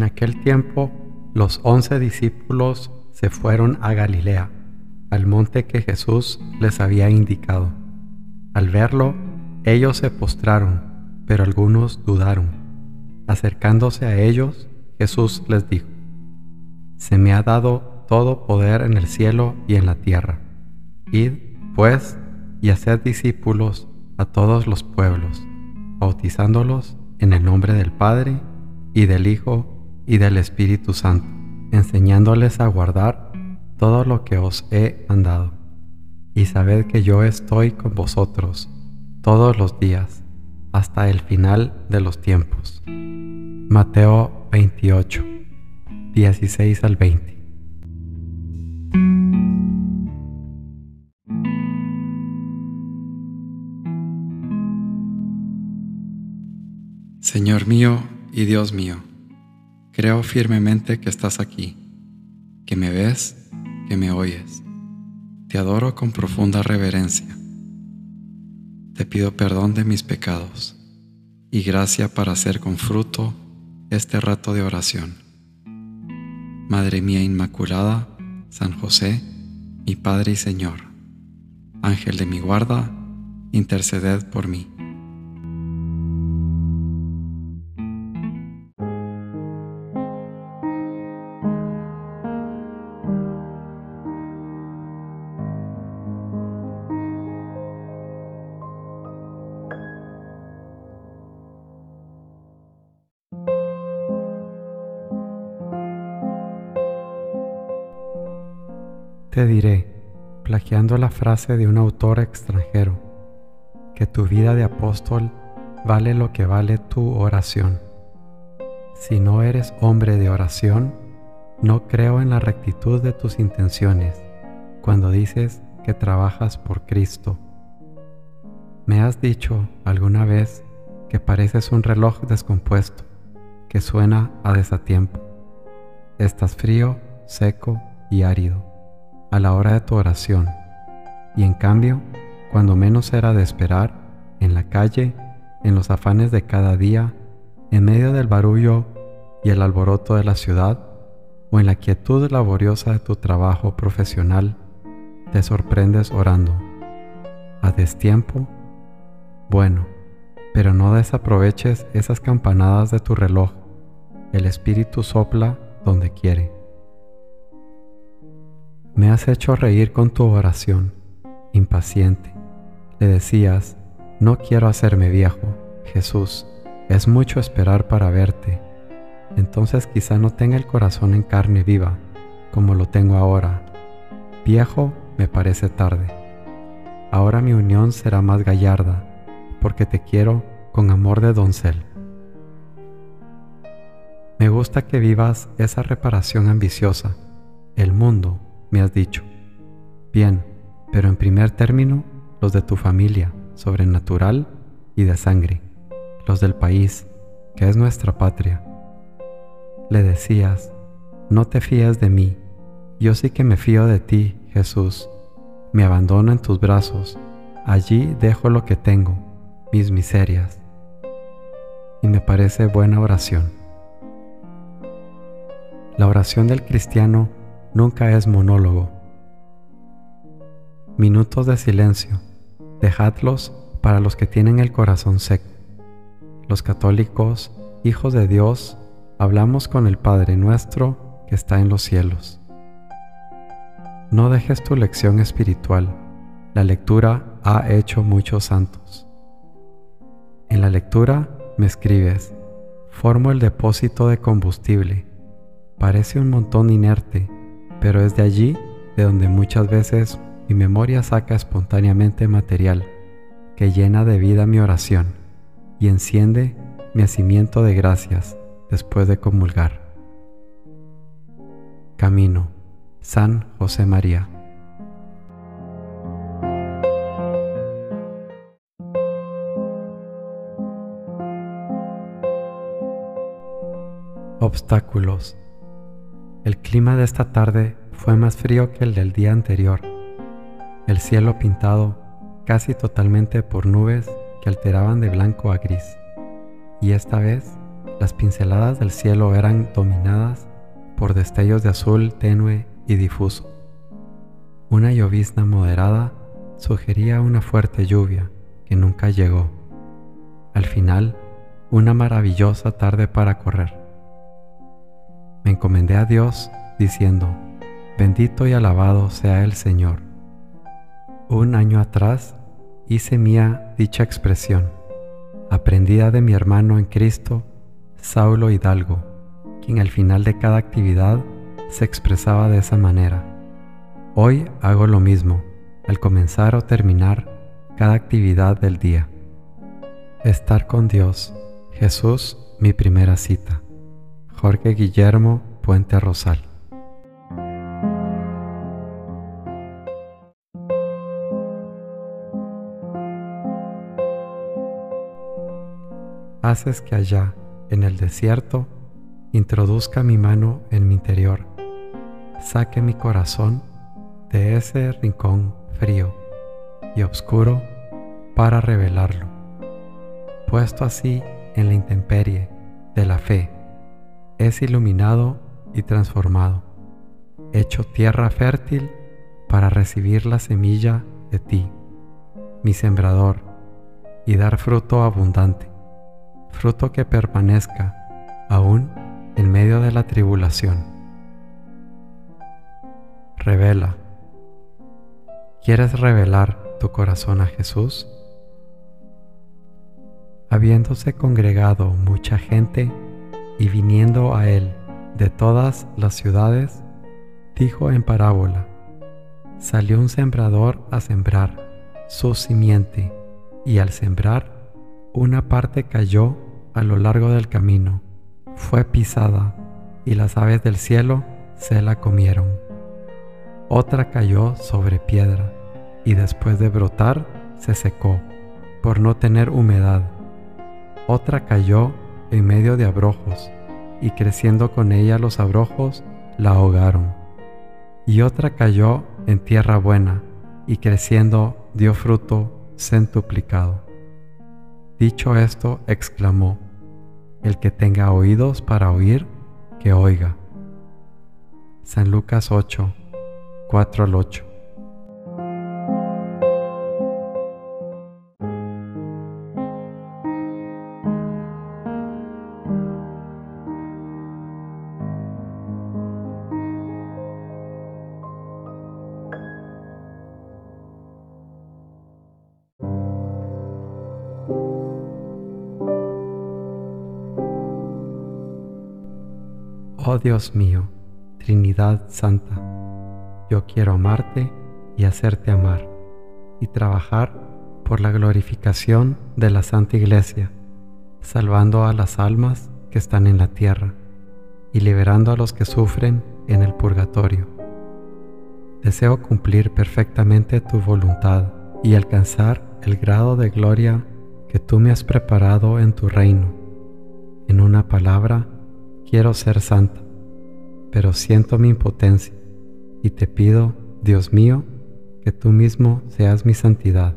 En aquel tiempo, los 11 discípulos se fueron a Galilea, al monte que Jesús les había indicado. Al verlo, ellos se postraron, pero algunos dudaron. Acercándose a ellos, Jesús les dijo: «Se me ha dado todo poder en el cielo y en la tierra. Id, pues, y haced discípulos a todos los pueblos, bautizándolos en el nombre del Padre, y del Hijo, y del Espíritu Santo, enseñándoles a guardar todo lo que os he mandado. Y sabed que yo estoy con vosotros todos los días, hasta el final de los tiempos». Mateo 28, 16 al 20. Señor mío y Dios mío, creo firmemente que estás aquí, que me ves, que me oyes. Te adoro con profunda reverencia. Te pido perdón de mis pecados y gracia para hacer con fruto este rato de oración. Madre mía Inmaculada, San José, mi Padre y Señor, Ángel de mi guarda, interceded por mí. Te diré, plagiando la frase de un autor extranjero, que tu vida de apóstol vale lo que vale tu oración. Si no eres hombre de oración, no creo en la rectitud de tus intenciones cuando dices que trabajas por Cristo. Me has dicho alguna vez que pareces un reloj descompuesto que suena a desatiempo. Estás frío, seco y árido a la hora de tu oración, y en cambio, cuando menos era de esperar, en la calle, en los afanes de cada día, en medio del barullo y el alboroto de la ciudad, o en la quietud laboriosa de tu trabajo profesional, te sorprendes orando. ¿A destiempo? Bueno, pero no desaproveches esas campanadas de tu reloj. El Espíritu sopla donde quiere. Me has hecho reír con tu oración, impaciente. Le decías: «No quiero hacerme viejo, Jesús, es mucho esperar para verte». Entonces quizá no tenga el corazón en carne viva, como lo tengo ahora. Viejo me parece tarde. Ahora mi unión será más gallarda, porque te quiero con amor de doncel. Me gusta que vivas esa reparación ambiciosa. El mundo, me has dicho. Bien, pero en primer término, los de tu familia, sobrenatural y de sangre, los del país, que es nuestra patria. Le decías: «No te fíes de mí, yo sí que me fío de ti, Jesús. Me abandono en tus brazos, allí dejo lo que tengo, mis miserias». Y me parece buena oración. La oración del cristiano nunca es monólogo. Minutos de silencio, dejadlos para los que tienen el corazón seco. Los católicos, hijos de Dios, hablamos con el Padre nuestro que está en los cielos. No dejes tu lección espiritual. La lectura ha hecho muchos santos. En la lectura me escribes: «Formo el depósito de combustible. Parece un montón inerte, pero es de allí de donde muchas veces mi memoria saca espontáneamente material que llena de vida mi oración y enciende mi hacimiento de gracias después de comulgar». Camino, San José María. Obstáculos. El clima de esta tarde fue más frío que el del día anterior. El cielo pintado casi totalmente por nubes que alteraban de blanco a gris. Y esta vez Las pinceladas del cielo eran dominadas por destellos de azul tenue y difuso. Una llovizna moderada sugería una fuerte lluvia que nunca llegó. Al final, una maravillosa tarde para correr. Me encomendé a Dios diciendo: bendito y alabado sea el Señor. Un año atrás hice mía dicha expresión, aprendida de mi hermano en Cristo, Saulo Hidalgo, quien al final de cada actividad se expresaba de esa manera. Hoy hago lo mismo al comenzar o terminar cada actividad del día. Estar con Dios, Jesús, mi primera cita. Jorge Guillermo Puente Rosal. Haces que allá, en el desierto, introduzca mi mano en mi interior, saque mi corazón de ese rincón frío y oscuro para revelarlo. Puesto así en la intemperie de la fe, es iluminado y transformado, hecho tierra fértil para recibir la semilla de ti, mi sembrador, y dar fruto abundante, fruto que permanezca aún en medio de la tribulación. Revela. ¿Quieres revelar tu corazón a Jesús? Habiéndose congregado mucha gente y viniendo a él de todas las ciudades, dijo en parábola: salió un sembrador a sembrar su simiente, y al sembrar, una parte cayó a lo largo del camino, fue pisada, y las aves del cielo se la comieron. Otra cayó sobre piedra, y después de brotar se secó, por no tener humedad. Otra cayó en medio de abrojos, y creciendo con ella los abrojos la ahogaron. Y otra cayó en tierra buena, y creciendo dio fruto centuplicado. Dicho esto, exclamó: el que tenga oídos para oír, que oiga. San Lucas 8, 4 al 8. Oh Dios mío, Trinidad Santa, yo quiero amarte y hacerte amar, y trabajar por la glorificación de la Santa Iglesia, salvando a las almas que están en la tierra y liberando a los que sufren en el purgatorio. Deseo cumplir perfectamente tu voluntad y alcanzar el grado de gloria que tú me has preparado en tu reino. En una palabra, quiero ser santa, pero siento mi impotencia y te pido, Dios mío, que tú mismo seas mi santidad.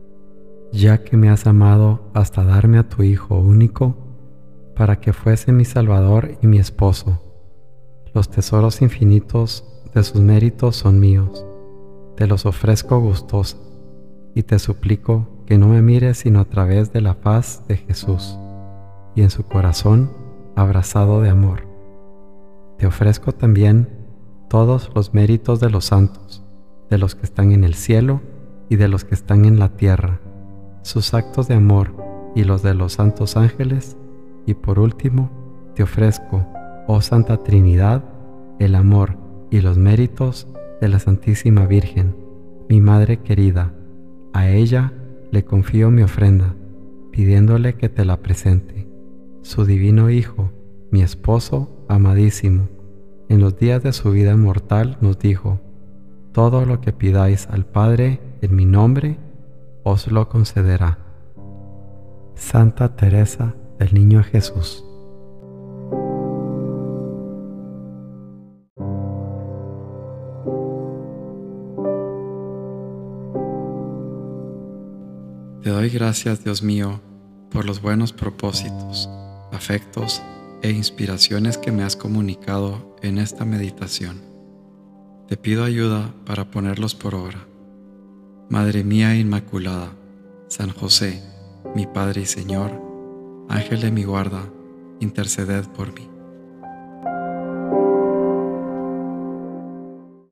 Ya que me has amado hasta darme a tu Hijo único, para que fuese mi Salvador y mi esposo. Los tesoros infinitos de sus méritos son míos. Te los ofrezco gustosa, y te suplico que no me mires sino a través de la faz de Jesús, y en su corazón abrazado de amor. Te ofrezco también todos los méritos de los santos, de los que están en el cielo y de los que están en la tierra, sus actos de amor y los de los santos ángeles, y por último te ofrezco, oh Santa Trinidad, el amor y los méritos de la Santísima Virgen, mi Madre querida. A ella le confío mi ofrenda, pidiéndole que te la presente. Su divino Hijo, mi esposo amadísimo, en los días de su vida mortal nos dijo: todo lo que pidáis al Padre en mi nombre, os lo concederá. Santa Teresa del Niño Jesús. Te doy gracias, Dios mío, por los buenos propósitos, afectos e inspiraciones que me has comunicado en esta meditación. Te pido ayuda para ponerlos por obra. Madre mía Inmaculada, San José, mi Padre y Señor, Ángel de mi guarda, interceded por mí.